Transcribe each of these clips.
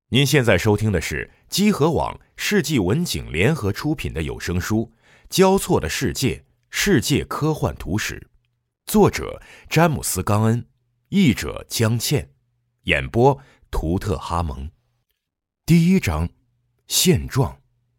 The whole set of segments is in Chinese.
您现在收听的是积禾网世纪文景联合出品的有声书《交错的世界：世界科幻图史》，作者詹姆斯·冈恩，译者江倩，演播图特哈蒙。第一章：现状。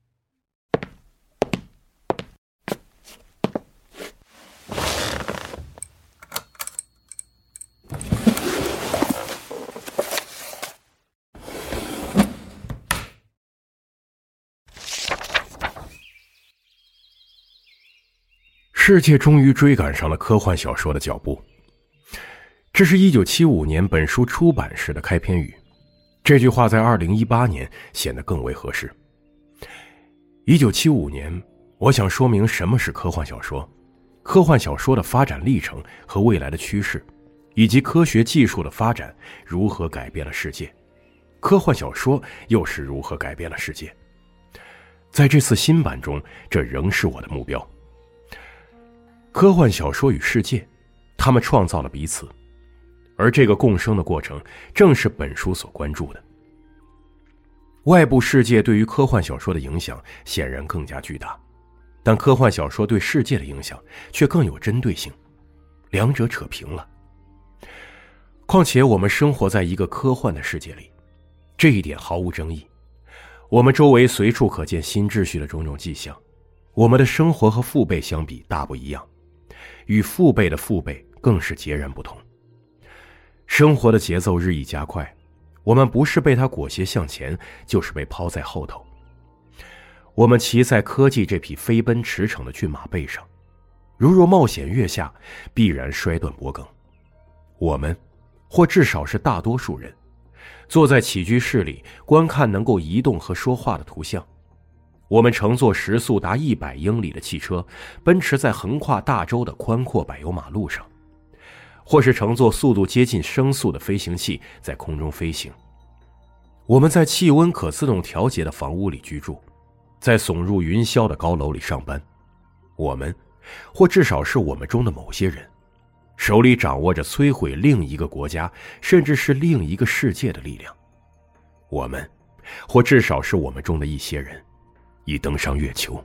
世界终于追赶上了科幻小说的脚步。这是1975年本书出版时的开篇语，这句话在2018年显得更为合适。1975年，我想说明什么是科幻小说，科幻小说的发展历程和未来的趋势，以及科学技术的发展如何改变了世界，科幻小说又是如何改变了世界。在这次新版中，这仍是我的目标。科幻小说与世界，他们创造了彼此，而这个共生的过程正是本书所关注的。外部世界对于科幻小说的影响显然更加巨大，但科幻小说对世界的影响却更有针对性，两者扯平了。况且我们生活在一个科幻的世界里，这一点毫无争议。我们周围随处可见新秩序的种种迹象，我们的生活和父辈相比大不一样，与父辈的父辈更是截然不同。生活的节奏日益加快，我们不是被它裹挟向前，就是被抛在后头。我们骑在科技这匹飞奔驰骋的骏马背上，如若冒险跃下，必然摔断脖颈。我们，或至少是大多数人，坐在起居室里观看能够移动和说话的图像。我们乘坐时速达100英里的汽车，奔驰在横跨大洲的宽阔柏油马路上，或是乘坐速度接近声速的飞行器在空中飞行。我们在气温可自动调节的房屋里居住，在耸入云霄的高楼里上班。我们，或至少是我们中的某些人，手里掌握着摧毁另一个国家，甚至是另一个世界的力量。我们，或至少是我们中的一些人，已登上月球。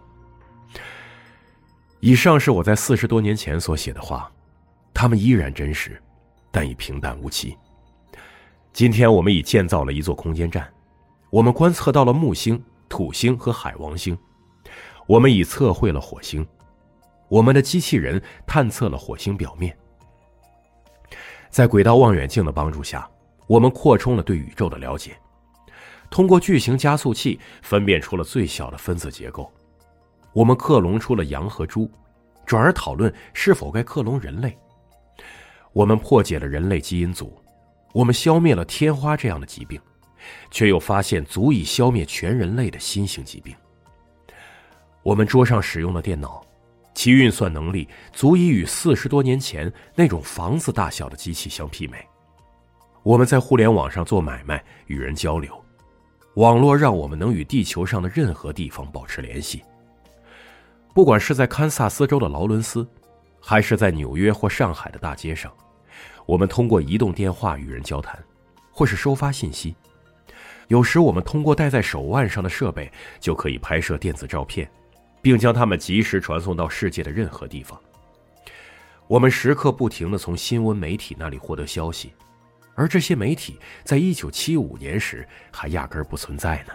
以上是我在40多年前所写的话，它们依然真实，但已平淡无奇。今天我们已建造了一座空间站，我们观测到了木星、土星和海王星，我们已测绘了火星，我们的机器人探测了火星表面。在轨道望远镜的帮助下，我们扩充了对宇宙的了解，通过巨型加速器分辨出了最小的分子结构。我们克隆出了羊和猪，转而讨论是否该克隆人类。我们破解了人类基因组，我们消灭了天花这样的疾病，却又发现足以消灭全人类的新型疾病。我们桌上使用的电脑，其运算能力足以与40多年前那种房子大小的机器相媲美。我们在互联网上做买卖，与人交流，网络让我们能与地球上的任何地方保持联系。不管是在堪萨斯州的劳伦斯，还是在纽约或上海的大街上，我们通过移动电话与人交谈，或是收发信息。有时我们通过戴在手腕上的设备就可以拍摄电子照片，并将它们及时传送到世界的任何地方。我们时刻不停地从新闻媒体那里获得消息，而这些媒体在1975年时还压根儿不存在呢。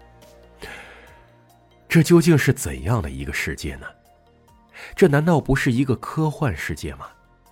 这究竟是怎样的一个世界呢？这难道不是一个科幻世界吗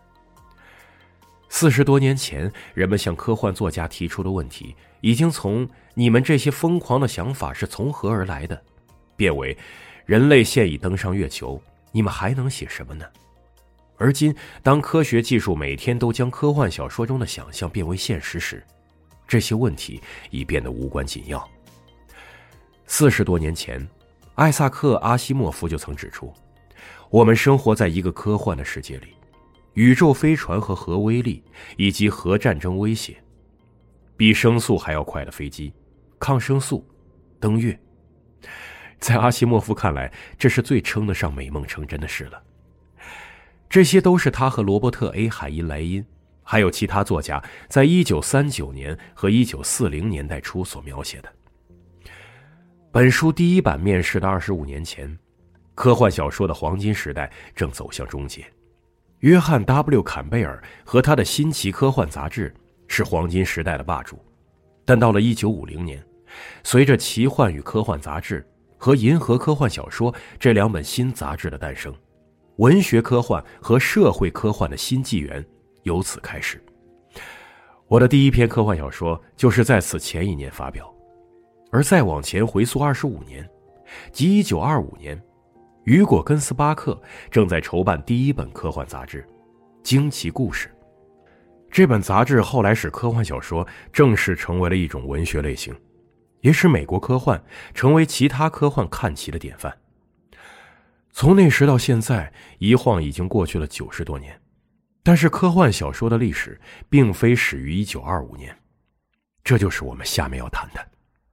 ？40多年前，人们向科幻作家提出的问题，已经从你们这些疯狂的想法是从何而来的，变为人类现已登上月球，你们还能写什么呢？而今，当科学技术每天都将科幻小说中的想象变为现实时，这些问题已变得无关紧要。40多年前，艾萨克·阿西莫夫就曾指出，我们生活在一个科幻的世界里，宇宙飞船和核威力以及核战争威胁，比声速还要快的飞机、抗生素、登月。在阿西莫夫看来，这是最称得上美梦成真的事了。这些都是他和罗伯特 ·A. 海因莱因还有其他作家在1939年和1940年代初所描写的。本书第一版面世的25年前，科幻小说的黄金时代正走向终结。约翰 ·W. 坎贝尔和他的新奇科幻杂志是黄金时代的霸主，但到了1950年，随着奇幻与科幻杂志和银河科幻小说这两本新杂志的诞生，文学科幻和社会科幻的新纪元由此开始。我的第一篇科幻小说就是在此前一年发表，而再往前回溯25年，即1925年，雨果·根斯巴克正在筹办第一本科幻杂志《惊奇故事》。这本杂志后来使科幻小说正式成为了一种文学类型，也使美国科幻成为其他科幻看齐的典范。从那时到现在，一晃已经过去了90多年，但是科幻小说的历史并非始于1925年，这就是我们下面要谈的。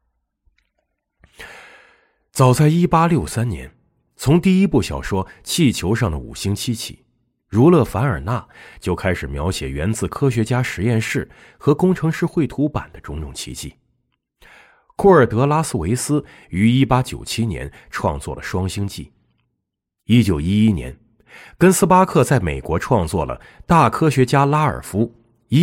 早在1863年，从第一部小说《气球上的5星期》起，儒勒·凡尔纳就开始描写源自科学家实验室和工程师绘图板的种种奇迹。库尔德·拉斯维斯于1897年创作了《双星记》。1911年，根斯巴克在美国创作了《大科学家拉尔夫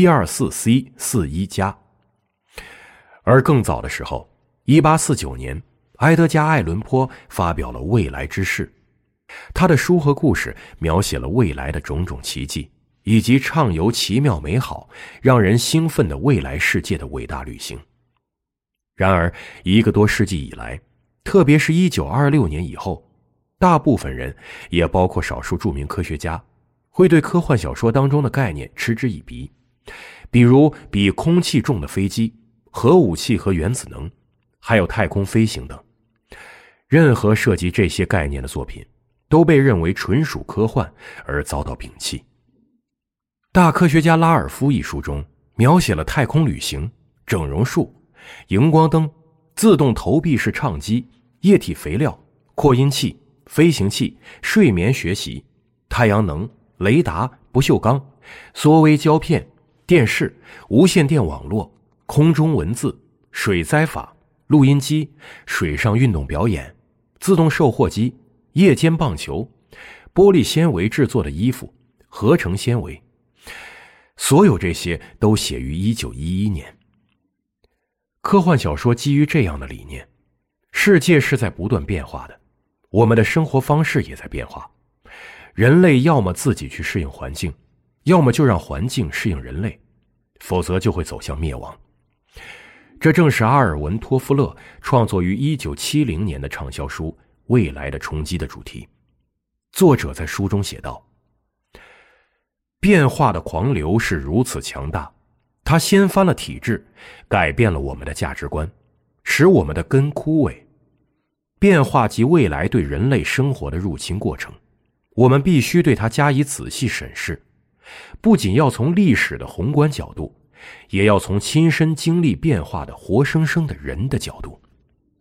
124C41+》。而更早的时候，1849年，埃德加·艾伦坡发表了《未来之事》，他的书和故事描写了未来的种种奇迹，以及畅游奇妙美好、让人兴奋的未来世界的伟大旅行。然而1个多世纪以来，特别是1926年以后，大部分人，也包括少数著名科学家，会对科幻小说当中的概念嗤之以鼻，比如比空气重的飞机、核武器和原子能，还有太空飞行等。任何涉及这些概念的作品都被认为纯属科幻而遭到摒弃。大科学家拉尔夫一书中描写了太空旅行、整容术、荧光灯、自动投币式唱机、液体肥料、扩音器、飞行器、睡眠学习、太阳能、雷达、不锈钢、缩微胶片、电视、无线电网络、空中文字、水灾法、录音机、水上运动表演、自动售货机、夜间棒球、玻璃纤维制作的衣服、合成纤维，所有这些都写于1911年。科幻小说基于这样的理念，世界是在不断变化的，我们的生活方式也在变化，人类要么自己去适应环境，要么就让环境适应人类，否则就会走向灭亡。这正是阿尔文·托夫勒创作于1970年的畅销书《未来的冲击》的主题。作者在书中写道：变化的狂流是如此强大，它掀翻了体制，改变了我们的价值观，使我们的根枯萎。变化即未来对人类生活的入侵过程，我们必须对它加以仔细审视，不仅要从历史的宏观角度，也要从亲身经历变化的活生生的人的角度。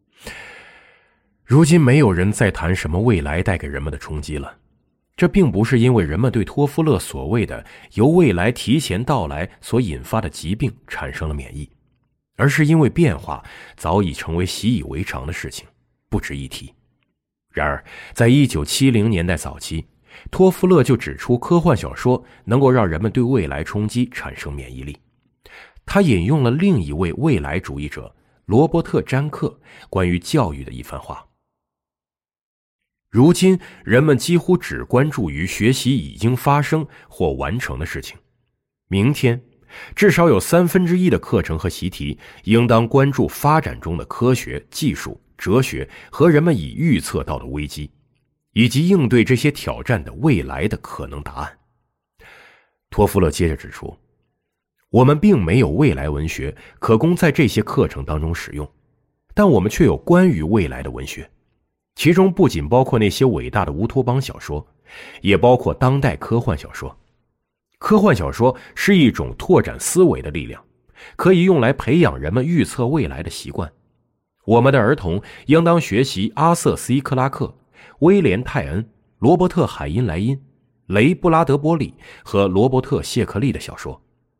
如今没有人再谈什么未来带给人们的冲击了，这并不是因为人们对托夫勒所谓的由未来提前到来所引发的疾病产生了免疫，而是因为变化早已成为习以为常的事情，不值一提。然而在1970年代早期，托夫勒就指出科幻小说能够让人们对未来冲击产生免疫力。他引用了另一位未来主义者罗伯特·詹克关于教育的一番话：如今人们几乎只关注于学习已经发生或完成的事情，明天至少有1/3的课程和习题应当关注发展中的科学、技术、哲学和人们已预测到的危机，以及应对这些挑战的未来的可能答案。托夫勒接着指出，我们并没有未来文学可供在这些课程当中使用，但我们却有关于未来的文学，其中不仅包括那些伟大的乌托邦小说，也包括当代科幻小说。科幻小说是一种拓展思维的力量，可以用来培养人们预测未来的习惯。我们的儿童应当学习阿瑟·C·克拉克、威廉·泰恩、罗伯特·海因莱因、雷·布拉德波利和罗伯特·谢克利的小说，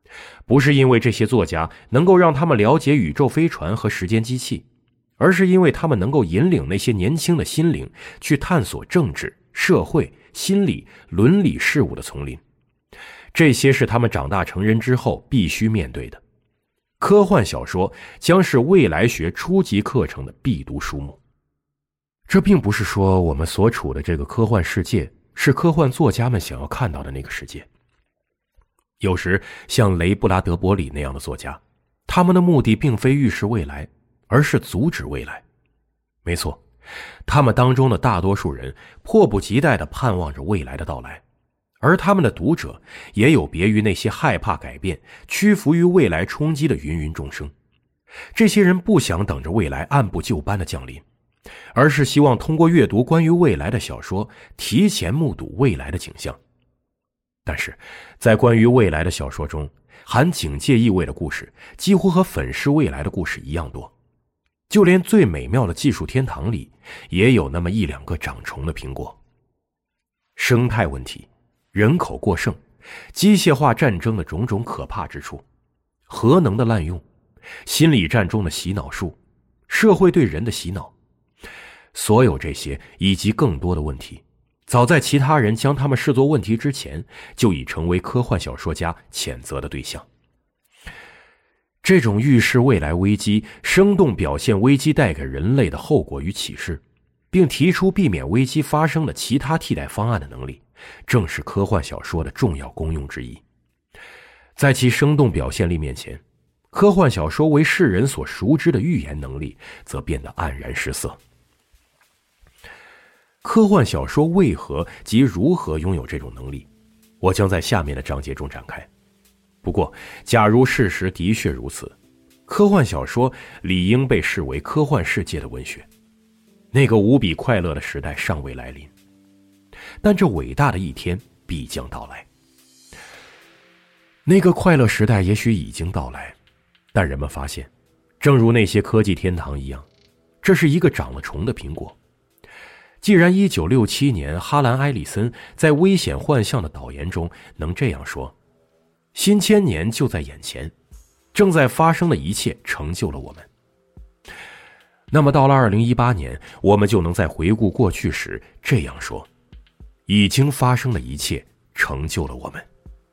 不是因为这些作家能够让他们了解宇宙飞船和时间机器，而是因为他们能够引领那些年轻的心灵去探索政治、社会、心理、伦理事务的丛林。这些是他们长大成人之后必须面对的。科幻小说将是未来学初级课程的必读书目。这并不是说我们所处的这个科幻世界是科幻作家们想要看到的那个世界。有时像雷布拉德伯里那样的作家，他们的目的并非预示未来，而是阻止未来。没错，他们当中的大多数人迫不及待地盼望着未来的到来，而他们的读者也有别于那些害怕改变、屈服于未来冲击的芸芸众生。这些人不想等着未来按部就班的降临，而是希望通过阅读关于未来的小说，提前目睹未来的景象。但是在关于未来的小说中，含警戒意味的故事几乎和粉饰未来的故事一样多。就连最美妙的技术天堂里，也有那么一两个长虫的苹果。生态问题、人口过剩、机械化战争的种种可怕之处，核能的滥用、心理战中的洗脑术、社会对人的洗脑，所有这些以及更多的问题，早在其他人将他们视作问题之前，就已成为科幻小说家谴责的对象。这种预示未来危机、生动表现危机带给人类的后果与启示，并提出避免危机发生的其他替代方案的能力，正是科幻小说的重要功用之一。在其生动表现力面前，科幻小说为世人所熟知的预言能力则变得黯然失色。科幻小说为何及如何拥有这种能力，我将在下面的章节中展开。不过，假如事实的确如此，科幻小说理应被视为科幻世界的文学。那个无比快乐的时代尚未来临，但这伟大的一天必将到来。那个快乐时代也许已经到来，但人们发现，正如那些科技天堂一样，这是一个长了虫的苹果。既然1967年哈兰·埃里森在《危险幻象》的导言中能这样说，新千年就在眼前，正在发生的一切成就了我们。那么到了2018年，我们就能在回顾过去时这样说，已经发生的一切成就了我们。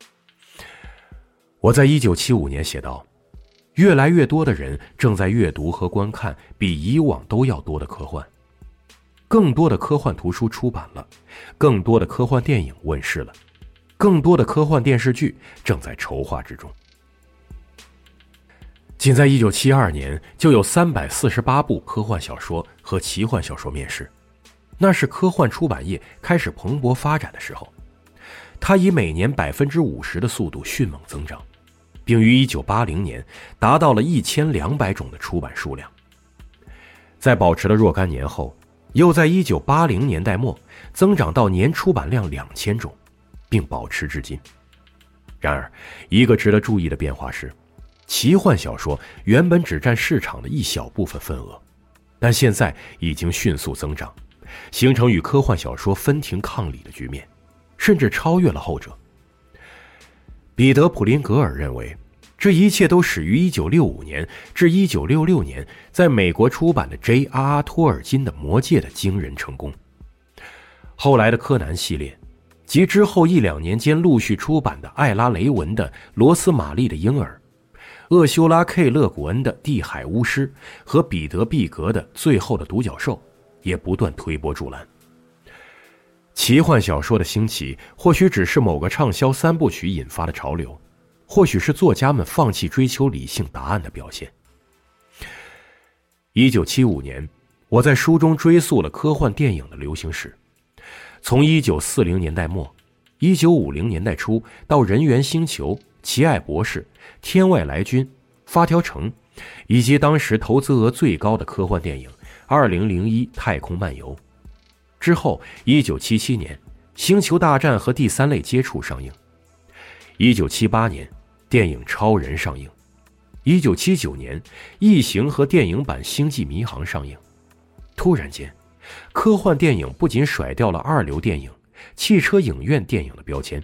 我在1975年写道，越来越多的人正在阅读和观看比以往都要多的科幻，更多的科幻图书出版了，更多的科幻电影问世了，更多的科幻电视剧正在筹划之中。仅在1972年就有348部科幻小说和奇幻小说面世，那是科幻出版业开始蓬勃发展的时候。它以每年50%的速度迅猛增长，并于1980年达到了1200种的出版数量。在保持了若干年后，又在1980年代末增长到年出版量2000种，并保持至今。然而，一个值得注意的变化是，奇幻小说原本只占市场的一小部分份额，但现在已经迅速增长，形成与科幻小说分庭抗礼的局面，甚至超越了后者。彼得·普林格尔认为，这一切都始于1965年至1966年在美国出版的 J.R.R. 托尔金的《魔戒》的惊人成功。后来的柯南系列，及之后1-2年间陆续出版的艾拉·雷文的《罗斯玛丽的婴儿》，厄修拉 ·K 勒古恩的《地海巫师》和彼得·毕格的《最后的独角兽》也不断推波助澜。奇幻小说的兴起或许只是某个畅销3部曲引发的潮流，或许是作家们放弃追求理性答案的表现。1975年，我在书中追溯了科幻电影的流行史，从1940年代末、1950年代初到人猿星球、奇爱博士、天外来军、发条城，以及当时投资额最高的科幻电影2001太空漫游。之后1977年星球大战和第三类接触上映，1978年电影超人上映，1979年异形和电影版星际迷航上映。突然间，科幻电影不仅甩掉了二流电影、汽车影院电影的标签，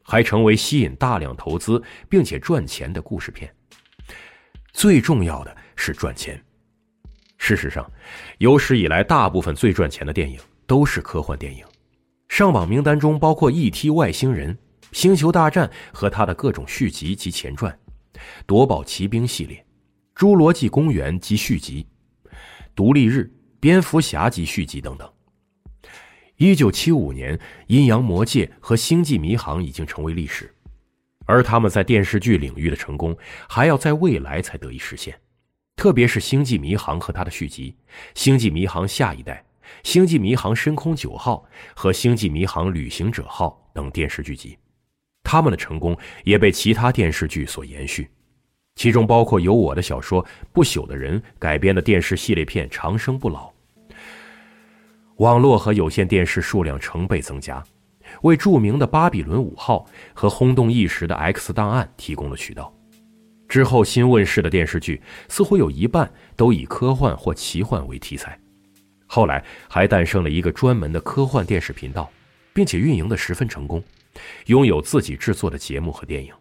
还成为吸引大量投资并且赚钱的故事片。最重要的是赚钱。事实上，有史以来大部分最赚钱的电影都是科幻电影。上榜名单中包括 E.T. 外星人、星球大战和它的各种续集及前传、夺宝奇兵系列、侏罗纪公园及续集、独立日、蝙蝠侠及续集等等。1975年，阴阳魔界和星际迷航已经成为历史，而他们在电视剧领域的成功还要在未来才得以实现。特别是星际迷航和它的续集星际迷航下一代、星际迷航深空9号和星际迷航旅行者号等电视剧集，他们的成功也被其他电视剧所延续，其中包括由我的小说《不朽的人》改编的电视系列片《长生不老》。网络和有线电视数量成倍增加，为著名的巴比伦5号和轰动一时的 X 档案提供了渠道。之后新问世的电视剧似乎有一半都以科幻或奇幻为题材，后来还诞生了一个专门的科幻电视频道，并且运营得十分成功，拥有自己制作的节目和电影。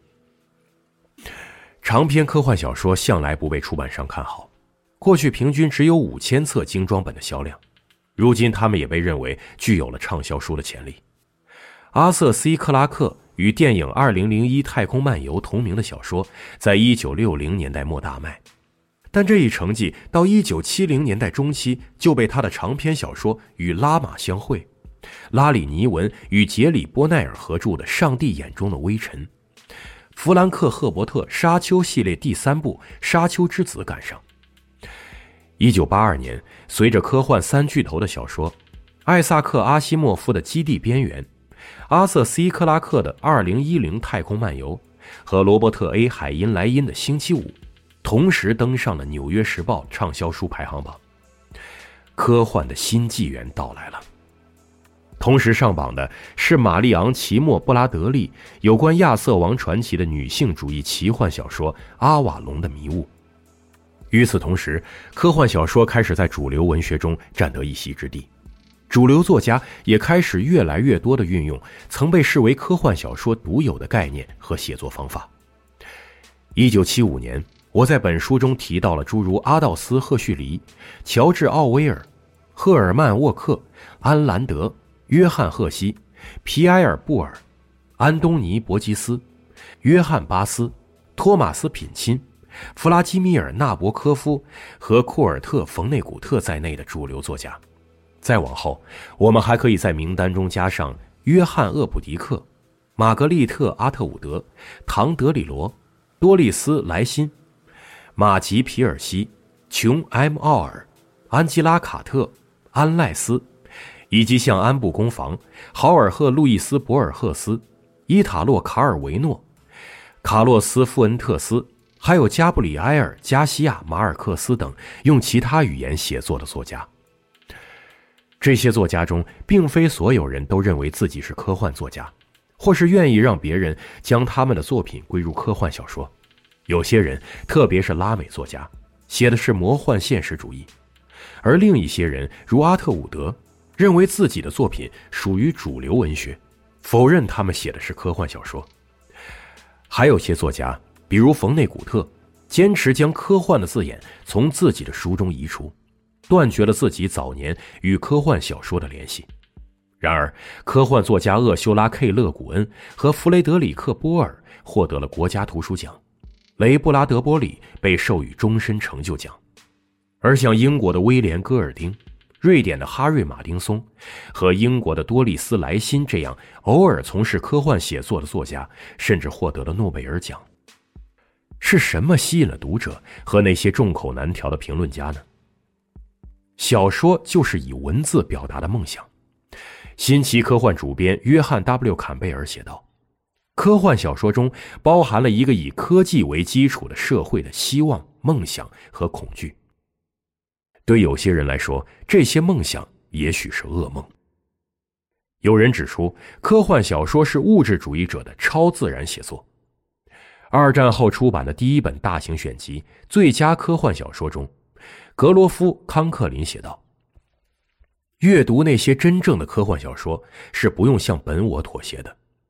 长篇科幻小说向来不被出版商看好，过去平均只有5000册精装本的销量，如今他们也被认为具有了畅销书的潜力。阿瑟 ·C· 克拉克与电影《2001太空漫游》同名的小说在1960年代末大卖，但这一成绩到1970年代中期就被他的长篇小说《与拉玛相会》、拉里·尼文与杰里·波奈尔合著的《上帝眼中的微尘》、弗兰克·赫伯特《沙丘》系列第3部《沙丘之子》赶上。1982年，随着科幻3巨头的小说，艾萨克·阿西莫夫的《基地边缘》、阿瑟 ·C· 克拉克的《2010太空漫游》和罗伯特 ·A· 海因莱因的《星期五》同时登上了《纽约时报》畅销书排行榜。科幻的新纪元到来了。同时上榜的是玛丽昂·齐默·布拉德利有关亚瑟王传奇的女性主义奇幻小说《阿瓦隆的迷雾》。与此同时，科幻小说开始在主流文学中占得一席之地，主流作家也开始越来越多地运用曾被视为科幻小说独有的概念和写作方法。1975年，我在本书中提到了诸如阿道斯·赫胥黎、乔治·奥威尔、赫尔曼·沃克、安兰德、约翰·赫西、皮埃尔·布尔、安东尼·伯吉斯、约翰·巴斯、托马斯·品钦、弗拉基米尔·纳博科夫和库尔特·冯内古特在内的主流作家。再往后，我们还可以在名单中加上约翰·厄普迪克、玛格丽特·阿特伍德、唐·德里罗、多丽丝·莱辛、马吉·皮尔西、琼 ·M 奥尔、安吉拉·卡特、安赖斯，以及像安布攻防、豪尔赫·路易斯·博尔赫斯、伊塔洛·卡尔维诺、卡洛斯·富恩特斯，还有加布里埃尔·加西亚·马尔克斯等用其他语言写作的作家。这些作家中，并非所有人都认为自己是科幻作家，或是愿意让别人将他们的作品归入科幻小说。有些人，特别是拉美作家，写的是魔幻现实主义，而另一些人，如阿特伍德，认为自己的作品属于主流文学，否认他们写的是科幻小说。还有些作家，比如冯内古特，坚持将科幻的字眼从自己的书中移除，断绝了自己早年与科幻小说的联系。然而，科幻作家厄修拉 ·K· 勒古恩和弗雷德里克·波尔获得了国家图书奖，雷布拉德波里被授予终身成就奖，而像英国的威廉·戈尔丁、瑞典的哈瑞·马丁松和英国的多丽丝·莱辛这样偶尔从事科幻写作的作家，甚至获得了诺贝尔奖。是什么吸引了读者和那些众口难调的评论家呢？小说就是以文字表达的梦想。新奇科幻主编约翰 ·W· 坎贝尔写道，科幻小说中包含了一个以科技为基础的社会的希望、梦想和恐惧。对有些人来说，这些梦想也许是噩梦。有人指出，科幻小说是物质主义者的超自然写作。二战后出版的第一本大型选集《最佳科幻小说》中，格罗夫·康克林写道，阅读那些真正的科幻小说是不用向本我妥协的。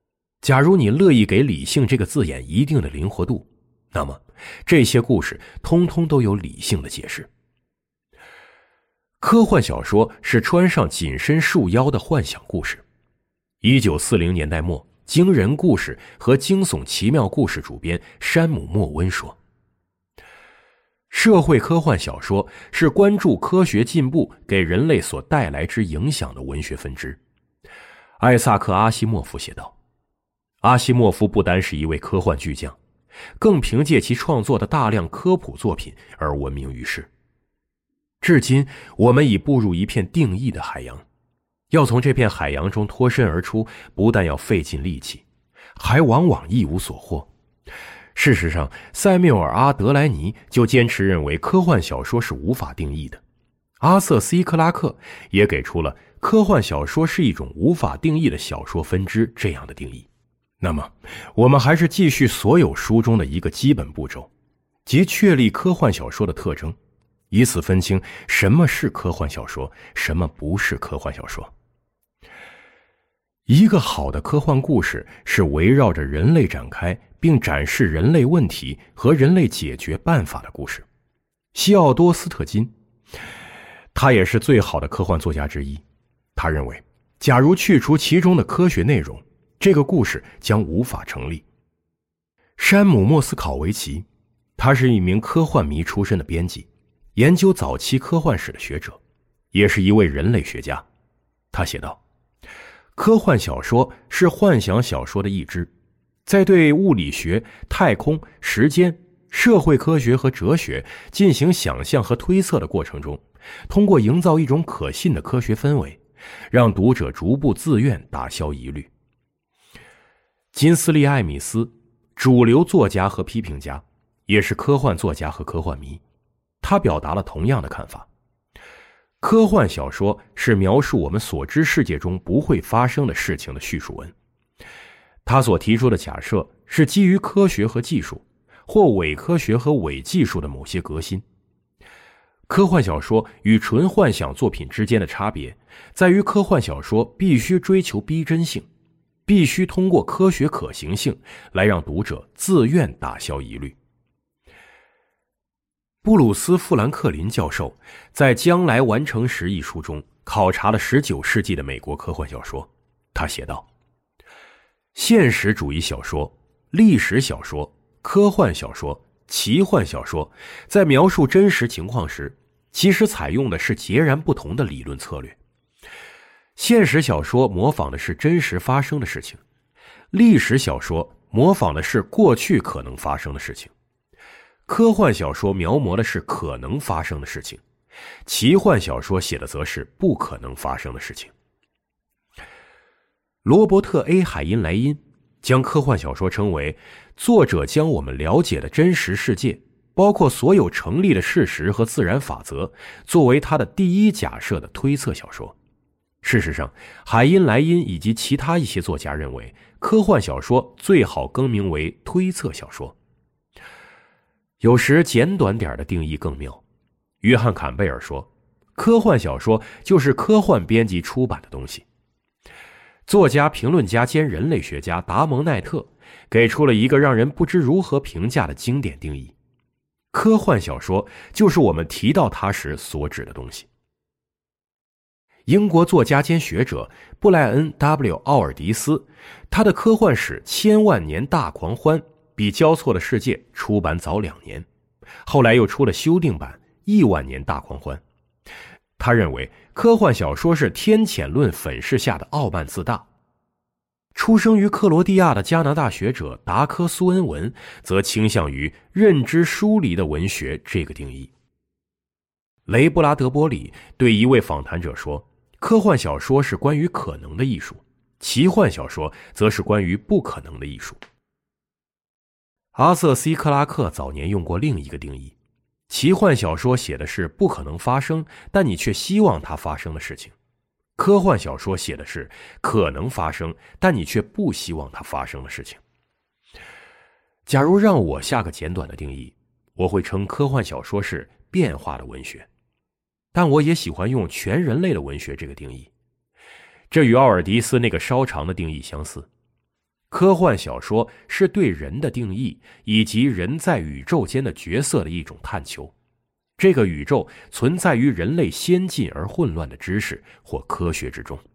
假如你乐意给理性这个字眼一定的灵活度，那么这些故事通通都有理性的解释。科幻小说是穿上紧身束腰的幻想故事。1940年代末，惊人故事和惊悚奇妙故事主编山姆·莫温说，社会科幻小说是关注科学进步给人类所带来之影响的文学分支。艾萨克·阿西莫夫写道，阿西莫夫不单是一位科幻巨匠，更凭借其创作的大量科普作品而闻名于世。至今，我们已步入一片定义的海洋，要从这片海洋中脱身而出，不但要费尽力气，还往往一无所获。事实上，塞缪尔·阿德莱尼就坚持认为科幻小说是无法定义的。阿瑟·C·克拉克也给出了科幻小说是一种无法定义的小说分支这样的定义。那么，我们还是继续所有书中的一个基本步骤，即确立科幻小说的特征，以此分清什么是科幻小说，什么不是科幻小说。一个好的科幻故事是围绕着人类展开，并展示人类问题和人类解决办法的故事。西奥多·斯特金，他也是最好的科幻作家之一。他认为，假如去除其中的科学内容，这个故事将无法成立。山姆·莫斯考维奇，他是一名科幻迷出身的编辑，研究早期科幻史的学者，也是一位人类学家。他写道，科幻小说是幻想小说的一支，在对物理学、太空、时间、社会科学和哲学进行想象和推测的过程中，通过营造一种可信的科学氛围，让读者逐步自愿打消疑虑。金斯利·艾米斯，主流作家和批评家，也是科幻作家和科幻迷，他表达了同样的看法。科幻小说是描述我们所知世界中不会发生的事情的叙述文。他所提出的假设是基于科学和技术，或伪科学和伪技术的某些革新。科幻小说与纯幻想作品之间的差别，在于科幻小说必须追求逼真性，必须通过科学可行性来让读者自愿打消疑虑。布鲁斯·富兰克林教授在《将来完成时》一书中考察了19世纪的美国科幻小说。他写道，现实主义小说、历史小说、科幻小说、奇幻小说在描述真实情况时，其实采用的是截然不同的理论策略。现实小说模仿的是真实发生的事情，历史小说模仿的是过去可能发生的事情，科幻小说描摹的是可能发生的事情，奇幻小说写的则是不可能发生的事情。罗伯特 ·A. 海因莱因将科幻小说称为作者将我们了解的真实世界，包括所有成立的事实和自然法则，作为他的第一假设的推测小说。事实上，海因莱因以及其他一些作家认为，科幻小说最好更名为推测小说。有时简短点的定义更妙。约翰·坎贝尔说，科幻小说就是科幻编辑出版的东西。作家、评论家兼人类学家达蒙奈特给出了一个让人不知如何评价的经典定义：科幻小说就是我们提到它时所指的东西。英国作家兼学者布莱恩 ·W. 奥尔迪斯，他的科幻史《千万年大狂欢》比《交错的世界》出版早2年，后来又出了修订版《亿万年大狂欢》。他认为科幻小说是天谴论粉饰下的傲慢自大。出生于克罗地亚的加拿大学者达科苏恩文则倾向于认知疏离的文学这个定义。雷布拉德波里对一位访谈者说，科幻小说是关于可能的艺术，奇幻小说则是关于不可能的艺术。阿瑟 ·C 克拉克早年用过另一个定义，奇幻小说写的是不可能发生，但你却希望它发生的事情；科幻小说写的是可能发生，但你却不希望它发生的事情。假如让我下个简短的定义，我会称科幻小说是变化的文学，但我也喜欢用全人类的文学这个定义，这与奥尔迪斯那个稍长的定义相似。 科幻小说是对人的定义以及人在宇宙间的角色的一种探求。这个宇宙存在于人类先进而混乱的知识或科学之中。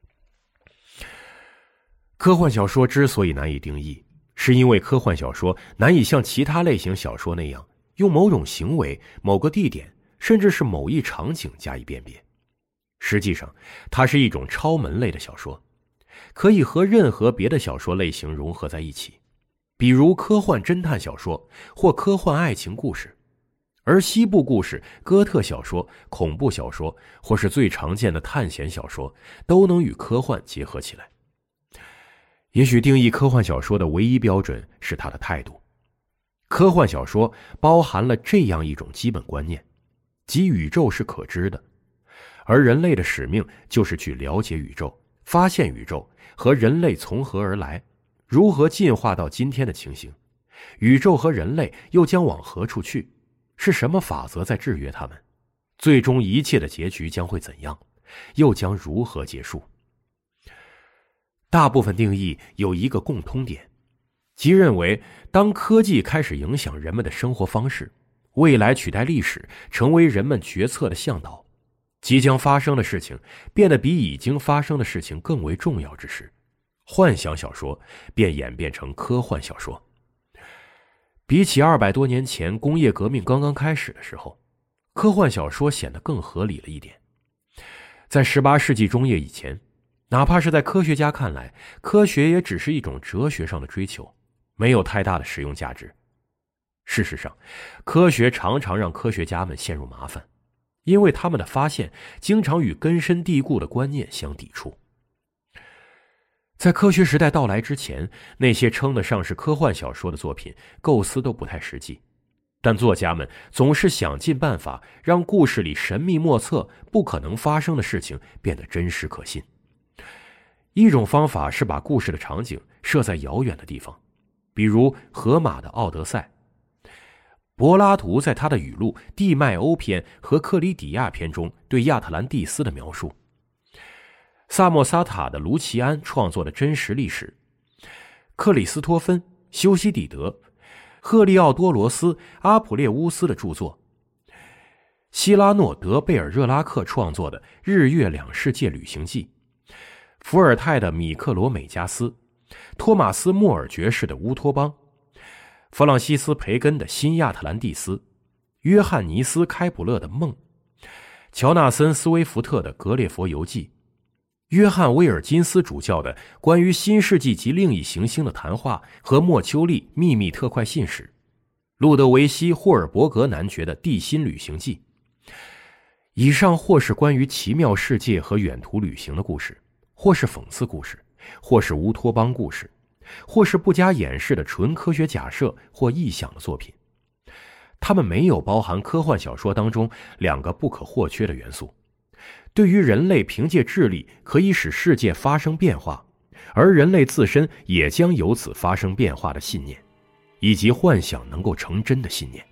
科幻小说之所以难以定义，是因为科幻小说难以像其他类型小说那样用某种行为、某个地点，甚至是某一场景加以辨别。实际上，它是一种超门类的小说，可以和任何别的小说类型融合在一起，比如科幻侦探小说或科幻爱情故事。而西部故事、哥特小说、恐怖小说或是最常见的探险小说都能与科幻结合起来。也许定义科幻小说的唯一标准是它的态度。科幻小说包含了这样一种基本观念，即宇宙是可知的，而人类的使命就是去了解宇宙，发现宇宙和人类从何而来，如何进化到今天的情形，宇宙和人类又将往何处去，是什么法则在制约他们，最终一切的结局将会怎样，又将如何结束。大部分定义有一个共通点，即认为当科技开始影响人们的生活方式，未来取代历史成为人们决策的向导，即将发生的事情变得比已经发生的事情更为重要之时，幻想小说便演变成科幻小说。比起200多年前工业革命刚刚开始的时候，科幻小说显得更合理了一点。在18世纪中叶以前，哪怕是在科学家看来，科学也只是一种哲学上的追求，没有太大的实用价值。事实上，科学常常让科学家们陷入麻烦，因为他们的发现经常与根深蒂固的观念相抵触。在科学时代到来之前，那些称得上是科幻小说的作品构思都不太实际，但作家们总是想尽办法让故事里神秘莫测、不可能发生的事情变得真实可信。一种方法是把故事的场景设在遥远的地方，比如荷马的《奥德赛》，柏拉图在他的语录《地迈欧篇》和《克里底亚篇》中对亚特兰蒂斯的描述，萨默萨塔的卢奇安创作的真实历史，克里斯托芬、修昔底德、赫利奥多罗斯、阿普列乌斯的著作，希拉诺·德贝尔热拉克创作的《日月两世界旅行记》，伏尔泰的《米克罗美加斯》，托马斯·莫尔爵士的《乌托邦》，弗朗西斯·培根的《新亚特兰蒂斯》，约翰尼斯·开普勒的《梦》，乔纳森·斯威福特的《格列佛游记》，约翰·威尔金斯主教的关于新世纪及另一行星的谈话和莫丘利秘密特快信使，路德维希·霍尔伯格男爵的《地心旅行记》。以上或是关于奇妙世界和远途旅行的故事，或是讽刺故事，或是乌托邦故事，或是不加掩饰的纯科学假设或臆想的作品。它们没有包含科幻小说当中2个不可或缺的元素：对于人类凭借智力可以使世界发生变化，而人类自身也将由此发生变化的信念，以及幻想能够成真的信念。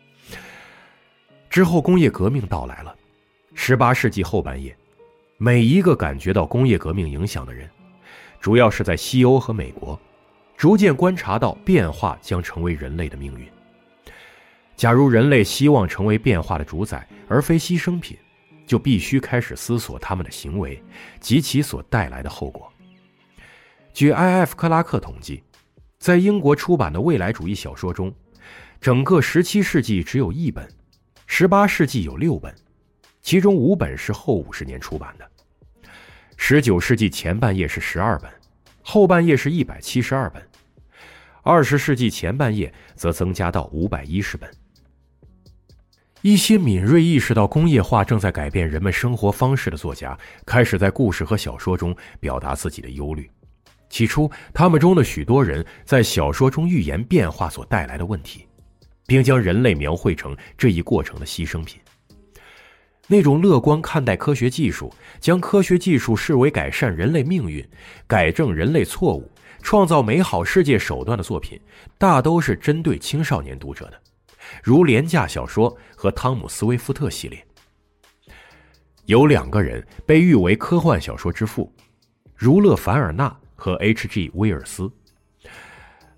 之后工业革命到来了，18世纪后半叶，每一个感觉到工业革命影响的人，主要是在西欧和美国，逐渐观察到变化将成为人类的命运。假如人类希望成为变化的主宰而非牺牲品，就必须开始思索他们的行为及其所带来的后果。据I.F. 克拉克统计，在英国出版的未来主义小说中，整个17世纪只有1本，18世纪有6本，其中5本是后50年出版的。19世纪前半叶是12本，后半叶是172本，20世纪前半叶则增加到510本。一些敏锐意识到工业化正在改变人们生活方式的作家，开始在故事和小说中表达自己的忧虑。起初，他们中的许多人在小说中预言变化所带来的问题，并将人类描绘成这一过程的牺牲品。那种乐观看待科学技术，将科学技术视为改善人类命运、改正人类错误、创造美好世界手段的作品，大都是针对青少年读者的，如廉价小说和汤姆·斯威夫特系列。有2个人被誉为科幻小说之父，儒勒·凡尔纳和 H.G. 威尔斯，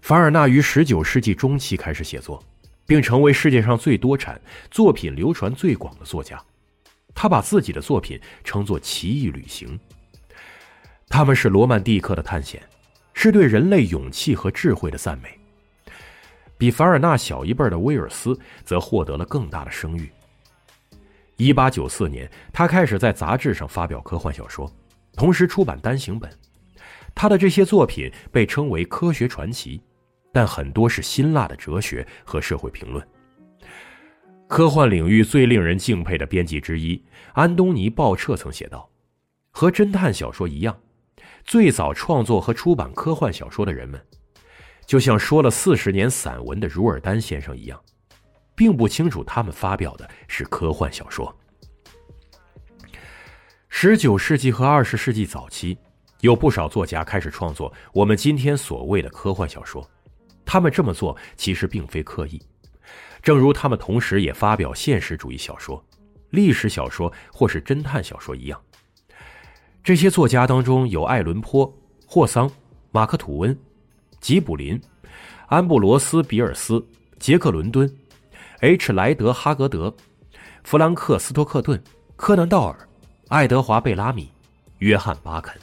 凡尔纳于19世纪中期开始写作，并成为世界上最多产、作品流传最广的作家。他把自己的作品称作奇异旅行。他们是罗曼蒂克的探险，是对人类勇气和智慧的赞美。比凡尔纳小一辈的威尔斯则获得了更大的声誉。1894年，他开始在杂志上发表科幻小说，同时出版单行本。他的这些作品被称为科学传奇，但很多是辛辣的哲学和社会评论。科幻领域最令人敬佩的编辑之一安东尼·鲍彻曾写道，和侦探小说一样，最早创作和出版科幻小说的人们，就像说了40年散文的茹尔丹先生一样，并不清楚他们发表的是科幻小说。19世纪和20世纪早期，有不少作家开始创作我们今天所谓的科幻小说，他们这么做其实并非刻意，正如他们同时也发表现实主义小说、历史小说或是侦探小说一样。这些作家当中有艾伦坡、霍桑、马克吐温、吉卜林、安布罗斯·比尔斯、杰克·伦敦、H. 莱德·哈格德、弗兰克·斯托克顿、柯南·道尔、爱德华·贝拉米、约翰·巴肯。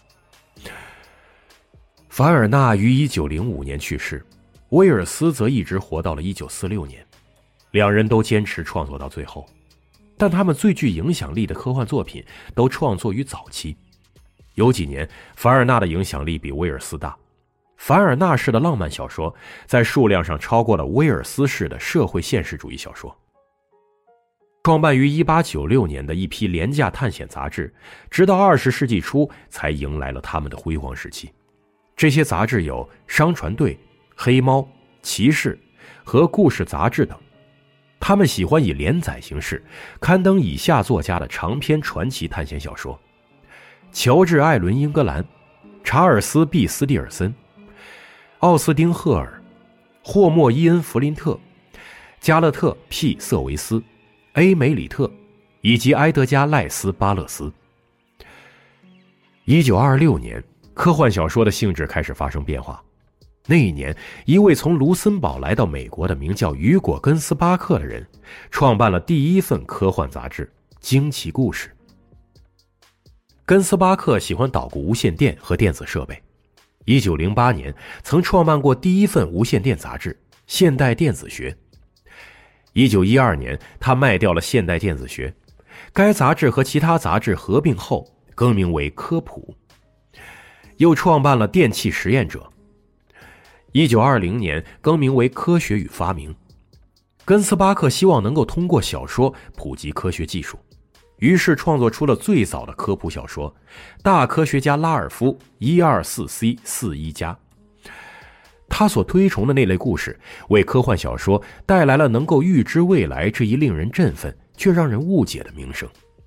凡尔纳于1905年去世，威尔斯则一直活到了1946年，两人都坚持创作到最后，但他们最具影响力的科幻作品都创作于早期。有几年，凡尔纳的影响力比威尔斯大，凡尔纳式的浪漫小说在数量上超过了威尔斯式的社会现实主义小说。创办于1896年的一批廉价探险杂志，直到20世纪初才迎来了他们的辉煌时期。这些杂志有商船队、黑猫、骑士和故事杂志等。他们喜欢以连载形式刊登以下作家的长篇传奇探险小说：乔治·艾伦·英格兰、查尔斯·毕斯蒂尔森、奥斯汀·赫尔、霍莫·伊恩·弗林特、加勒特 ·P. 瑟维斯、A. 梅里特以及埃德加·赖斯·巴勒斯。1926年，科幻小说的性质开始发生变化。那一年，一位从卢森堡来到美国的名叫雨果·根斯巴克的人，创办了第一份科幻杂志《惊奇故事》。根斯巴克喜欢捣鼓无线电和电子设备，1908年曾创办过第一份无线电杂志《现代电子学》。1912年，他卖掉了《现代电子学》，该杂志和其他杂志合并后更名为《科普》。又创办了《电气实验者》，1920年更名为《科学与发明》。根斯巴克希望能够通过小说普及科学技术，于是创作出了最早的科普小说《大科学家拉尔夫 124C41+》。他所推崇的那类故事，为科幻小说带来了能够预知未来这一令人振奋却让人误解的名声。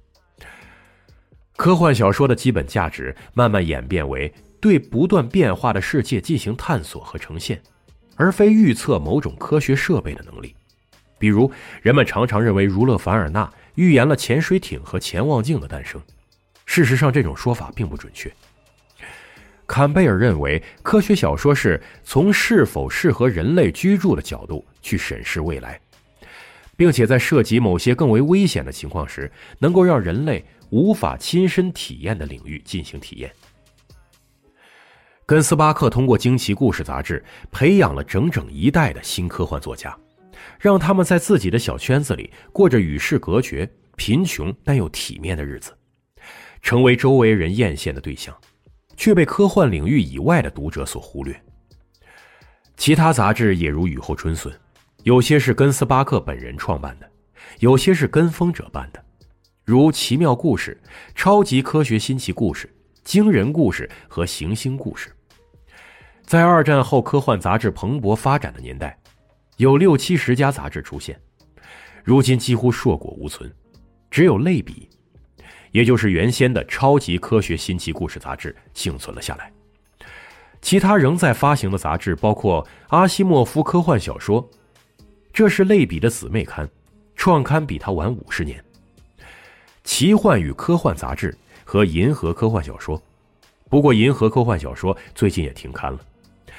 科幻小说的基本价值慢慢演变为对不断变化的世界进行探索和呈现，而非预测某种科学设备的能力。比如，人们常常认为儒勒·凡尔纳预言了潜水艇和潜望镜的诞生，事实上这种说法并不准确。坎贝尔认为，科学小说是从是否适合人类居住的角度去审视未来，并且在涉及某些更为危险的情况时，能够让人类无法亲身体验的领域进行体验。根斯巴克通过《惊奇故事》杂志培养了整整一代的新科幻作家，让他们在自己的小圈子里过着与世隔绝、贫穷但又体面的日子，成为周围人艳羡的对象，却被科幻领域以外的读者所忽略。其他杂志也如雨后春笋，有些是根斯巴克本人创办的，有些是跟风者办的，如奇妙故事、超级科学新奇故事、惊人故事和行星故事。在二战后科幻杂志蓬勃发展的年代，有60-70家杂志出现，如今几乎硕果无存，只有类比，也就是原先的超级科学新奇故事杂志幸存了下来。其他仍在发行的杂志包括阿西莫夫科幻小说，这是类比的姊妹刊，创刊比它晚50年。奇幻与科幻杂志和银河科幻小说，不过银河科幻小说最近也停刊了。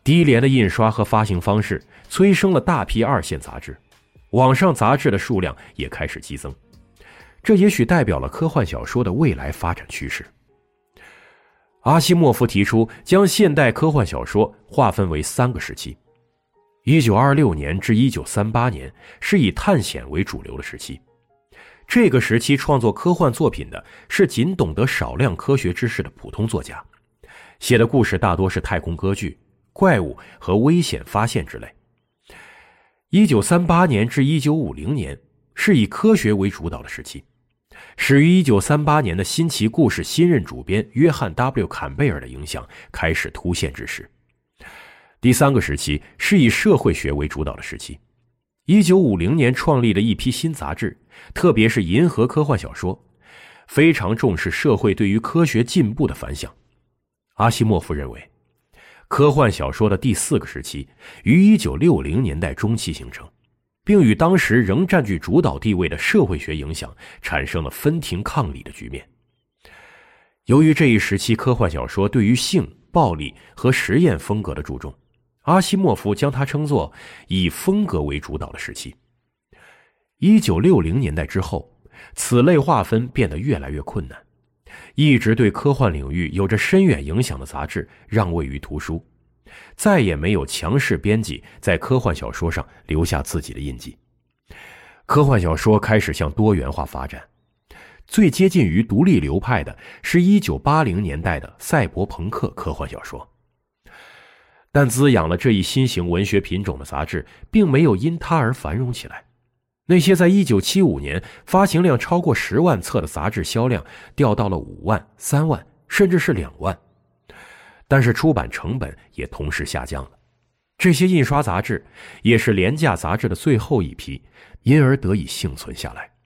低廉的印刷和发行方式催生了大批二线杂志，网上杂志的数量也开始激增。这也许代表了科幻小说的未来发展趋势。阿西莫夫提出将现代科幻小说划分为3个时期。1926年至1938年是以探险为主流的时期。这个时期创作科幻作品的是仅懂得少量科学知识的普通作家，写的故事大多是太空歌剧、怪物和危险发现之类。1938年至1950年是以科学为主导的时期，始于1938年的新奇故事新任主编约翰 ·W. 坎贝尔的影响开始凸显之时。第3个时期是以社会学为主导的时期。1950年创立的一批新杂志，特别是银河科幻小说，非常重视社会对于科学进步的反响。阿西莫夫认为，科幻小说的第4个时期于1960年代中期形成，并与当时仍占据主导地位的社会学影响产生了分庭抗礼的局面。由于这一时期科幻小说对于性、暴力和实验风格的注重，阿西莫夫将它称作以风格为主导的时期。1960年代之后，此类划分变得越来越困难，一直对科幻领域有着深远影响的杂志让位于图书，再也没有强势编辑在科幻小说上留下自己的印记。科幻小说开始向多元化发展，最接近于独立流派的是1980年代的赛博朋克科幻小说。但滋养了这一新型文学品种的杂志并没有因它而繁荣起来。那些在1975年发行量超过10万册的杂志销量掉到了5万、3万，甚至是2万。但是出版成本也同时下降了。这些印刷杂志也是廉价杂志的最后一批，因而得以幸存下来。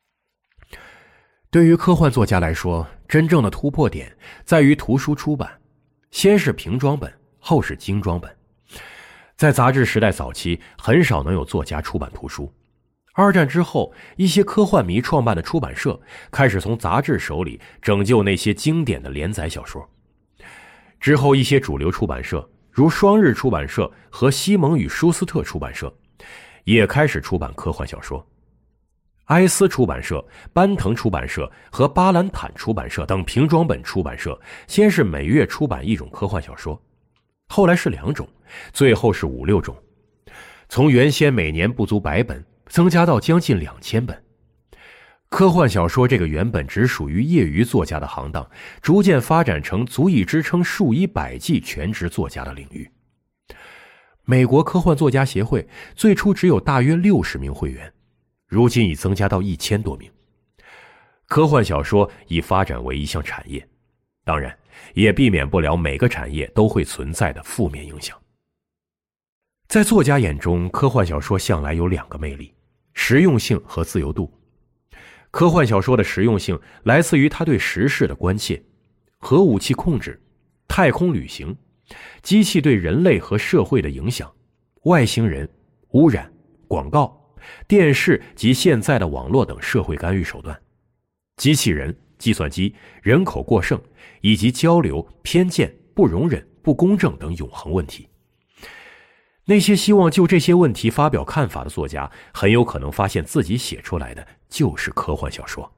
对于科幻作家来说，真正的突破点在于图书出版，先是平装本，后是精装本。在杂志时代早期，很少能有作家出版图书。2战之后，一些科幻迷创办的出版社开始从杂志手里拯救那些经典的连载小说。之后，一些主流出版社，如双日出版社和西蒙与舒斯特出版社，也开始出版科幻小说。埃斯出版社、班腾出版社和巴兰坦出版社等平装本出版社，先是每月出版1种科幻小说，后来是2种，最后是5、6种，从原先每年不足100本增加到将近2000本。科幻小说这个原本只属于业余作家的行当，逐渐发展成足以支撑数以百计全职作家的领域。美国科幻作家协会最初只有大约60名会员，如今已增加到1000多名。科幻小说已发展为一项产业，当然也避免不了每个产业都会存在的负面影响。在作家眼中，科幻小说向来有2个魅力：实用性和自由度。科幻小说的实用性来自于它对时事的关切，核武器控制、太空旅行、机器对人类和社会的影响、外星人、污染、广告、电视及现在的网络等社会干预手段、机器人、计算机、人口过剩以及交流、偏见、不容忍、不公正等永恒问题。那些希望就这些问题发表看法的作家，很有可能发现自己写出来的就是科幻小说。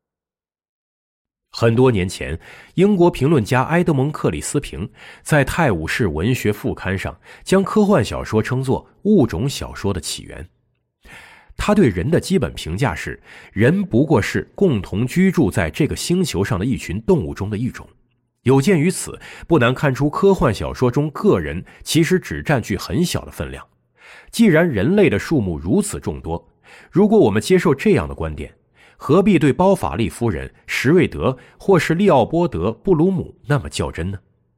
很多年前，英国评论家埃德蒙·克里斯平在《泰晤士文学副刊》上将科幻小说称作物种小说的起源。他对人的基本评价是，人不过是共同居住在这个星球上的一群动物中的一种。有鉴于此，不难看出科幻小说中个人其实只占据很小的分量。既然人类的数目如此众多，如果我们接受这样的观点，何必对包法利夫人、史瑞德或是利奥波德·布鲁姆那么较真呢？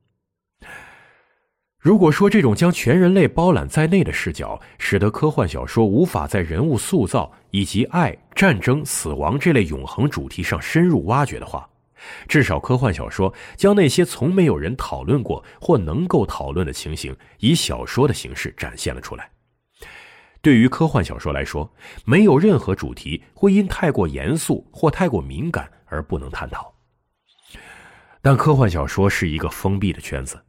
如果说这种将全人类包揽在内的视角，使得科幻小说无法在人物塑造以及爱、战争、死亡这类永恒主题上深入挖掘的话，至少科幻小说将那些从没有人讨论过或能够讨论的情形，以小说的形式展现了出来。对于科幻小说来说，没有任何主题会因太过严肃或太过敏感而不能探讨。但科幻小说是一个封闭的圈子，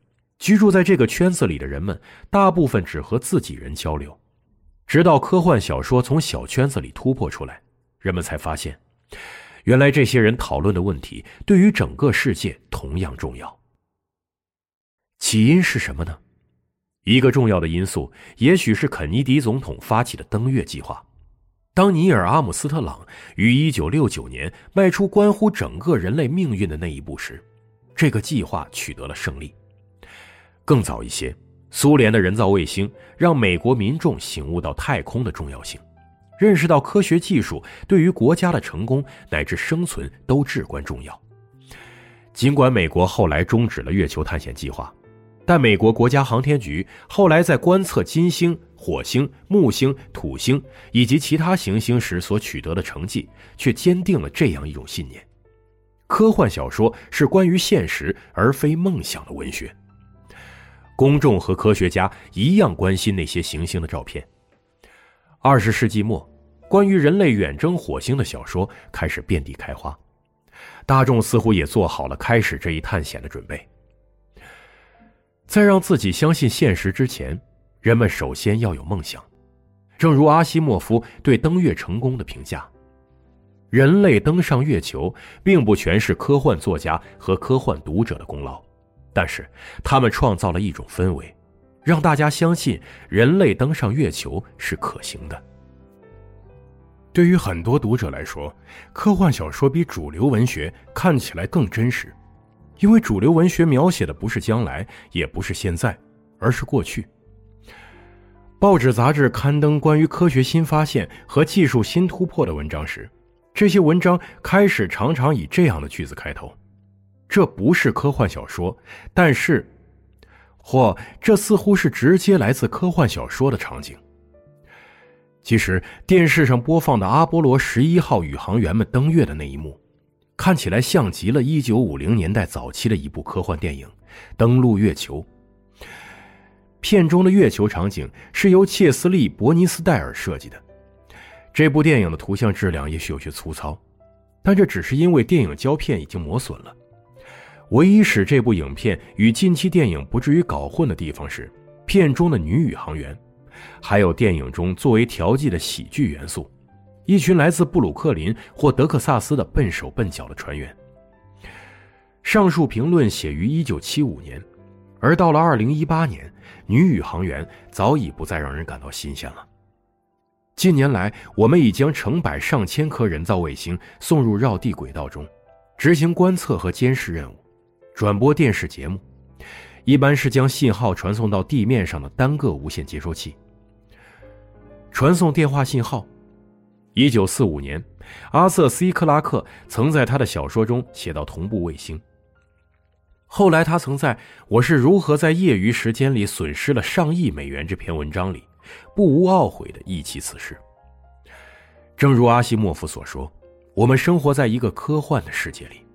居住在这个圈子里的人们，大部分只和自己人交流。直到科幻小说从小圈子里突破出来，人们才发现，原来这些人讨论的问题对于整个世界同样重要。起因是什么呢？一个重要的因素，也许是肯尼迪总统发起的登月计划。当尼尔·阿姆斯特朗于1969年迈出关乎整个人类命运的那一步时，这个计划取得了胜利。更早一些，苏联的人造卫星让美国民众醒悟到太空的重要性，认识到科学技术对于国家的成功乃至生存都至关重要。尽管美国后来终止了月球探险计划，但美国国家航天局后来在观测金星、火星、木星、土星以及其他行星时所取得的成绩，却坚定了这样一种信念：科幻小说是关于现实而非梦想的文学。公众和科学家一样关心那些行星的照片。20世纪末，关于人类远征火星的小说开始遍地开花，大众似乎也做好了开始这一探险的准备。在让自己相信现实之前，人们首先要有梦想。正如阿西莫夫对登月成功的评价，人类登上月球并不全是科幻作家和科幻读者的功劳，但是他们创造了一种氛围，让大家相信人类登上月球是可行的。对于很多读者来说，科幻小说比主流文学看起来更真实，因为主流文学描写的不是将来，也不是现在，而是过去。报纸杂志刊登关于科学新发现和技术新突破的文章时，这些文章开始常常以这样的句子开头：这不是科幻小说，但是，或这似乎是直接来自科幻小说的场景。其实电视上播放的阿波罗11号宇航员们登月的那一幕，看起来像极了1950年代早期的一部科幻电影《登陆月球》。片中的月球场景是由切斯利·伯尼斯戴尔设计的。这部电影的图像质量也许有些粗糙，但这只是因为电影胶片已经磨损了。唯一使这部影片与近期电影不至于搞混的地方是片中的女宇航员，还有电影中作为调剂的喜剧元素，一群来自布鲁克林或德克萨斯的笨手笨脚的船员。上述评论写于1975年，而到了2018年，女宇航员早已不再让人感到新鲜了。近年来，我们已将成百上千颗人造卫星送入绕地轨道中，执行观测和监视任务，转播电视节目，一般是将信号传送到地面上的单个无线接收器。传送电话信号。1945年，阿瑟 ·C· 克拉克曾在他的小说中写到同步卫星。后来他曾在《我是如何在业余时间里损失了上亿美元》这篇文章里不无懊悔地忆起此事。正如阿西莫夫所说，我们生活在一个科幻的世界里。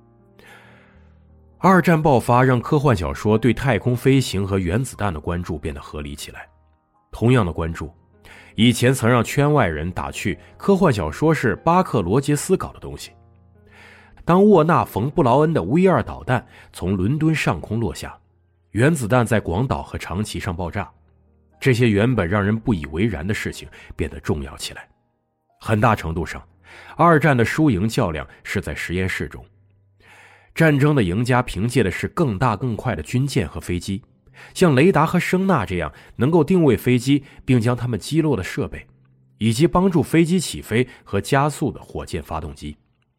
二战爆发让科幻小说对太空飞行和原子弹的关注变得合理起来。同样的关注，以前曾让圈外人打趣科幻小说是巴克·罗杰斯搞的东西。当沃纳·冯·布劳恩的 V2 导弹从伦敦上空落下，原子弹在广岛和长崎上爆炸，这些原本让人不以为然的事情变得重要起来。很大程度上，二战的输赢较量是在实验室中。战争的赢家凭借的是更大更快的军舰和飞机，像雷达和声纳这样能够定位飞机并将它们击落的设备，以及帮助飞机起飞和加速的火箭发动机。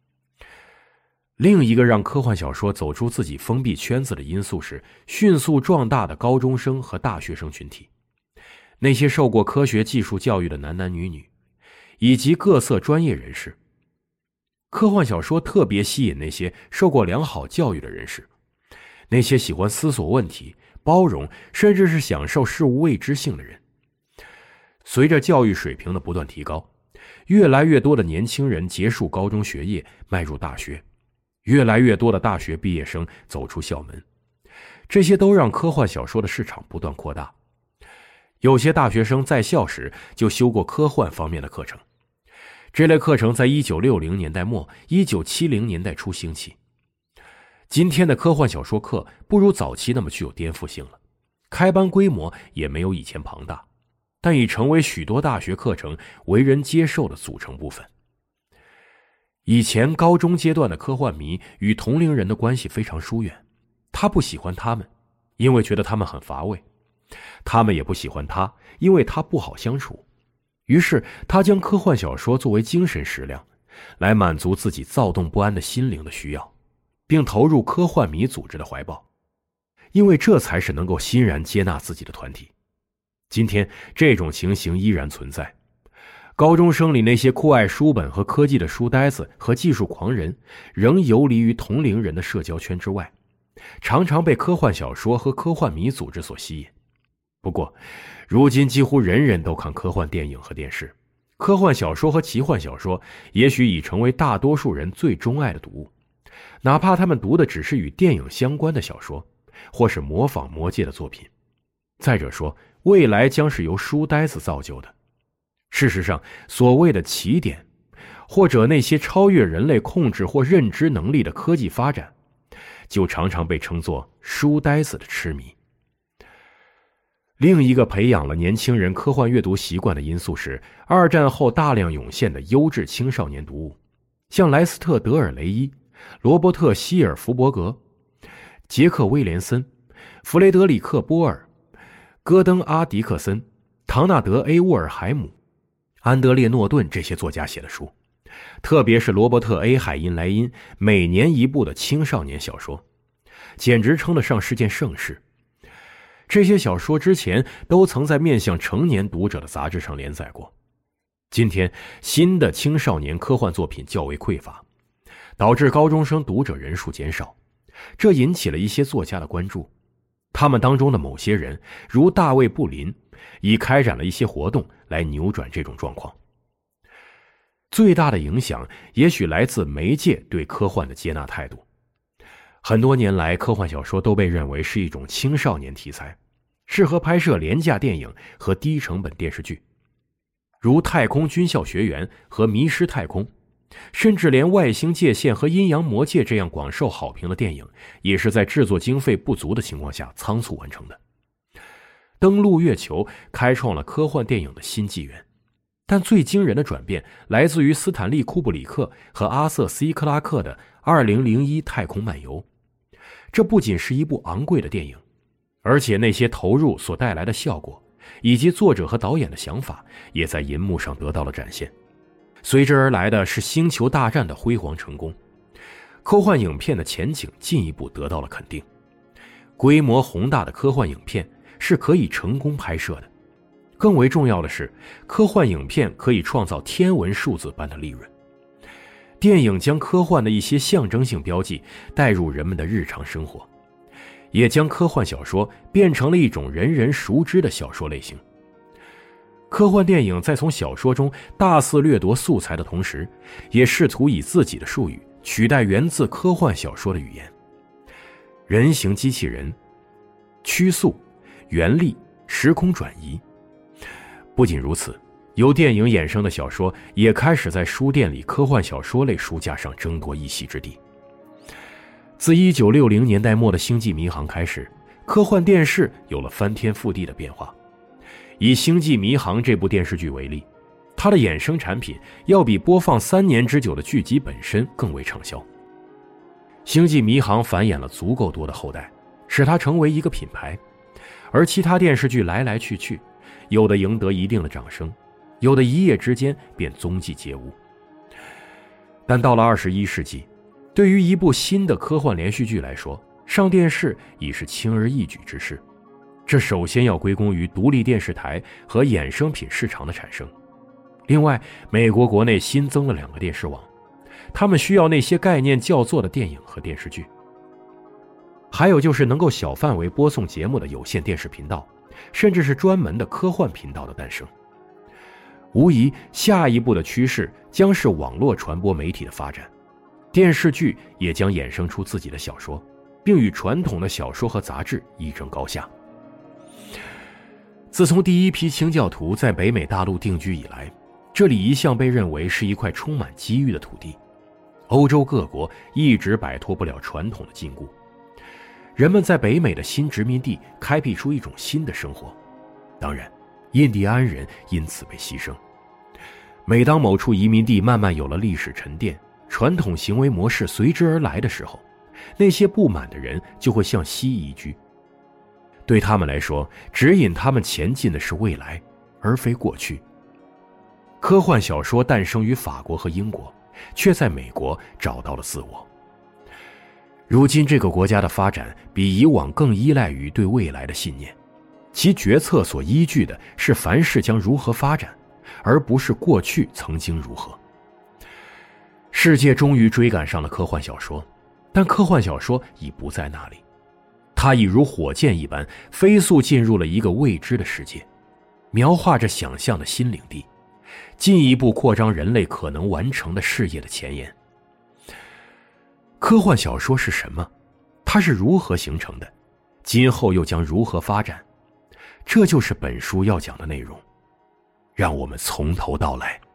另一个让科幻小说走出自己封闭圈子的因素是迅速壮大的高中生和大学生群体，那些受过科学技术教育的男男女女，以及各色专业人士。科幻小说特别吸引那些受过良好教育的人士，那些喜欢思索问题、包容，甚至是享受事物未知性的人。随着教育水平的不断提高，越来越多的年轻人结束高中学业，迈入大学，越来越多的大学毕业生走出校门，这些都让科幻小说的市场不断扩大。有些大学生在校时就修过科幻方面的课程，这类课程在1960年代末、1970年代初兴起。 今天的科幻小说课不如早期那么具有颠覆性了，开班规模也没有以前庞大，但已成为许多大学课程为人接受的组成部分。以前高中阶段的科幻迷与同龄人的关系非常疏远，他不喜欢他们，因为觉得他们很乏味，他们也不喜欢他，因为他不好相处。于是他将科幻小说作为精神食粮，来满足自己躁动不安的心灵的需要，并投入科幻迷组织的怀抱，因为这才是能够欣然接纳自己的团体。今天这种情形依然存在，高中生里那些酷爱书本和科技的书呆子和技术狂人，仍游离于同龄人的社交圈之外，常常被科幻小说和科幻迷组织所吸引。不过如今几乎人人都看科幻电影和电视，科幻小说和奇幻小说也许已成为大多数人最钟爱的读物，哪怕他们读的只是与电影相关的小说，或是模仿魔戒的作品。再者说，未来将是由书呆子造就的。事实上，所谓的起点，或者那些超越人类控制或认知能力的科技发展，就常常被称作书呆子的痴迷。另一个培养了年轻人科幻阅读习惯的因素是二战后大量涌现的优质青少年读物，像莱斯特·德尔雷伊、罗伯特·希尔弗伯格、杰克·威廉森、弗雷德里克·波尔、戈登·阿迪克森、唐纳德 ·A 沃尔海姆、安德烈·诺顿这些作家写的书，特别是罗伯特 ·A 海因莱因每年一部的青少年小说，简直称得上是件盛事。这些小说之前都曾在面向成年读者的杂志上连载过。今天新的青少年科幻作品较为匮乏，导致高中生读者人数减少，这引起了一些作家的关注。他们当中的某些人，如大卫·布林，已开展了一些活动来扭转这种状况。最大的影响也许来自媒介对科幻的接纳态度。很多年来，科幻小说都被认为是一种青少年题材，适合拍摄廉价电影和低成本电视剧，如《太空军校学园》和《迷失太空》，甚至连《外星界限》和《阴阳魔界》这样广受好评的电影，也是在制作经费不足的情况下仓促完成的。登陆月球开创了科幻电影的新纪元，但最惊人的转变来自于斯坦利·库布里克和阿瑟·C·克拉克的2001太空漫游。这不仅是一部昂贵的电影，而且那些投入所带来的效果，以及作者和导演的想法，也在银幕上得到了展现。随之而来的是星球大战的辉煌成功，科幻影片的前景进一步得到了肯定。规模宏大的科幻影片是可以成功拍摄的，更为重要的是，科幻影片可以创造天文数字般的利润。电影将科幻的一些象征性标记带入人们的日常生活，也将科幻小说变成了一种人人熟知的小说类型。科幻电影在从小说中大肆掠夺素材的同时，也试图以自己的术语取代源自科幻小说的语言。人形机器人、曲速、原力、时空转移。不仅如此，由电影衍生的小说也开始在书店里科幻小说类书架上争夺一席之地。自1960年代末的《星际迷航》开始，科幻电视有了翻天覆地的变化。以《星际迷航》这部电视剧为例，它的衍生产品要比播放3年之久的剧集本身更为畅销。《星际迷航》繁衍了足够多的后代，使它成为一个品牌，而其他电视剧来来去去，有的赢得一定的掌声，有的一夜之间便踪迹皆无。但到了21世纪，对于一部新的科幻连续剧来说，上电视已是轻而易举之事。这首先要归功于独立电视台和衍生品市场的产生。另外，美国国内新增了2个电视网，他们需要那些概念较做的电影和电视剧。还有就是能够小范围播送节目的有线电视频道，甚至是专门的科幻频道的诞生。无疑，下一步的趋势将是网络传播媒体的发展，电视剧也将衍生出自己的小说，并与传统的小说和杂志一争高下。自从第一批清教徒在北美大陆定居以来，这里一向被认为是一块充满机遇的土地。 欧洲各国一直摆脱不了传统的禁锢，人们在北美的新殖民地开辟出一种新的生活，当然，印第安人因此被牺牲。每当某处移民地慢慢有了历史沉淀，传统行为模式随之而来的时候，那些不满的人就会向西移居。对他们来说，指引他们前进的是未来，而非过去。科幻小说诞生于法国和英国，却在美国找到了自我。如今这个国家的发展比以往更依赖于对未来的信念，其决策所依据的是凡事将如何发展，而不是过去曾经如何。世界终于追赶上了科幻小说，但科幻小说已不在那里，它已如火箭一般飞速进入了一个未知的世界，描画着想象的新领地，进一步扩张人类可能完成的事业的前沿。科幻小说是什么？它是如何形成的？今后又将如何发展？这就是本书要讲的内容，让我们从头到来。